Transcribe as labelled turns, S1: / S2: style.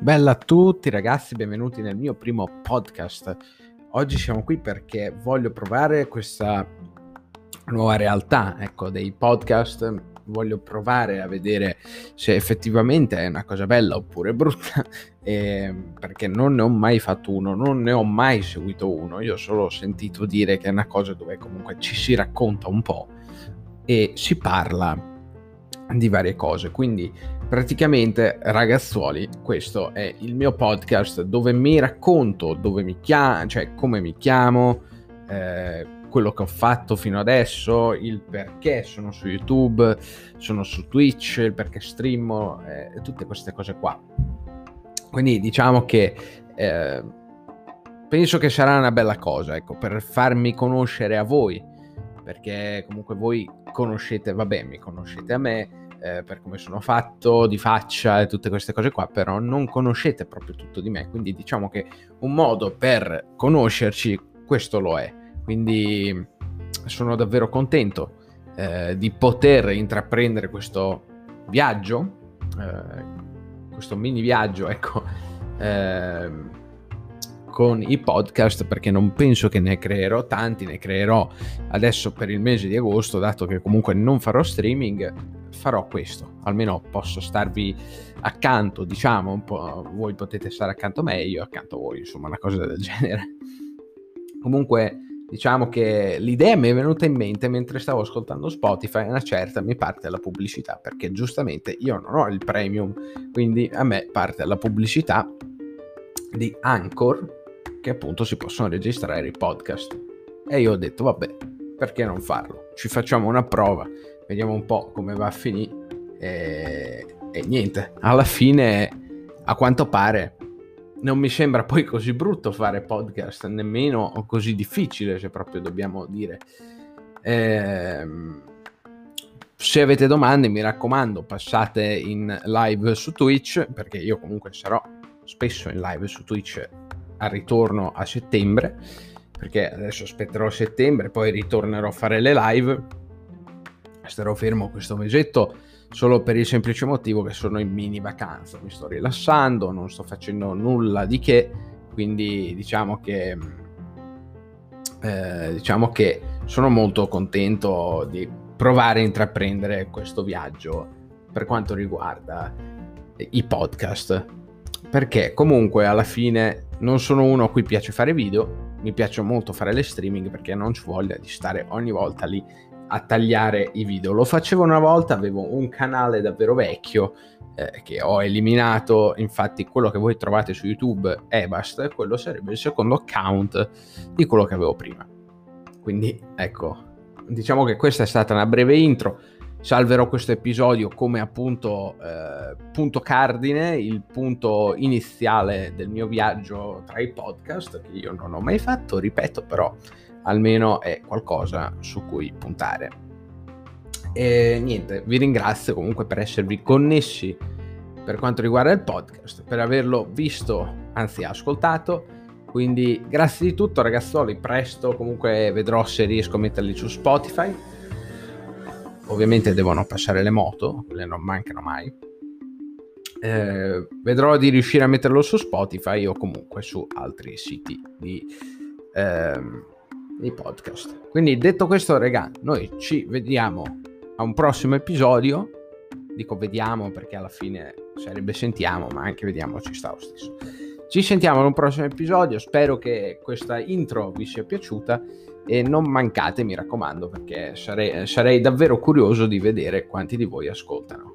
S1: Bella a tutti ragazzi, benvenuti nel mio primo podcast. Oggi siamo qui perché voglio provare questa nuova realtà, dei podcast. Voglio provare a vedere se effettivamente è una cosa bella oppure brutta, perché non ne ho mai fatto uno, non ne ho mai seguito uno. Io ho solo sentito dire che è una cosa dove comunque ci si racconta un po' e si parla di varie cose. Quindi praticamente, ragazzuoli, questo è il mio podcast dove mi racconto dove mi chiamo, cioè come mi chiamo, quello che ho fatto fino adesso, il perché sono su YouTube, sono su Twitch, il perché streamo, tutte queste cose qua. Quindi diciamo che penso che sarà una bella cosa, per farmi conoscere a voi, perché comunque voi mi conoscete a me, per come sono fatto, di faccia e tutte queste cose qua, però non conoscete proprio tutto di me, quindi diciamo che un modo per conoscerci questo lo è. Quindi sono davvero contento di poter intraprendere questo viaggio, questo mini viaggio, con i podcast, perché non penso che ne creerò tanti, ne creerò adesso per il mese di agosto, dato che comunque non farò streaming, farò questo, almeno posso starvi accanto, diciamo, un po', voi potete stare accanto a me e io accanto a voi, insomma, una cosa del genere. Comunque diciamo che l'idea mi è venuta in mente mentre stavo ascoltando Spotify, una certa mi parte la pubblicità, perché giustamente io non ho il premium, quindi a me parte la pubblicità di Anchor, che appunto si possono registrare i podcast, e io ho detto vabbè, perché non farlo, ci facciamo una prova, vediamo un po' come va a finire, e niente, alla fine a quanto pare non mi sembra poi così brutto fare podcast, nemmeno così difficile, se proprio dobbiamo dire. Se avete domande, mi raccomando, passate in live su Twitch, perché io comunque sarò spesso in live su Twitch al ritorno a settembre, perché adesso aspetterò settembre, poi ritornerò a fare le live. Starò fermo questo mesetto solo per il semplice motivo che sono in mini vacanza, mi sto rilassando, non sto facendo nulla di che, quindi diciamo che sono molto contento di provare a intraprendere questo viaggio per quanto riguarda i podcast, perché comunque alla fine non sono uno a cui piace fare video, mi piace molto fare le streaming perché non ci voglia di stare ogni volta lì a tagliare i video. Lo facevo una volta, avevo un canale davvero vecchio che ho eliminato, infatti quello che voi trovate su YouTube è basta, quello sarebbe il secondo account di quello che avevo prima. Quindi ecco, diciamo che questa è stata una breve intro. Salverò questo episodio come appunto punto cardine, il punto iniziale del mio viaggio tra i podcast, che io non ho mai fatto, ripeto, però almeno è qualcosa su cui puntare. E niente, vi ringrazio comunque per esservi connessi per quanto riguarda il podcast, per averlo visto, anzi ascoltato. Quindi grazie di tutto ragazzoli, presto comunque vedrò se riesco a metterli su Spotify. Ovviamente devono passare le moto, quelle non mancano mai. Vedrò di riuscire a metterlo su Spotify o comunque su altri siti di podcast. Quindi detto questo, regà, noi ci vediamo a un prossimo episodio. Dico vediamo perché alla fine sarebbe sentiamo, ma anche vediamo ci sta lo stesso. Ci sentiamo in un prossimo episodio, spero che questa intro vi sia piaciuta e non mancate, mi raccomando, perché sarei davvero curioso di vedere quanti di voi ascoltano.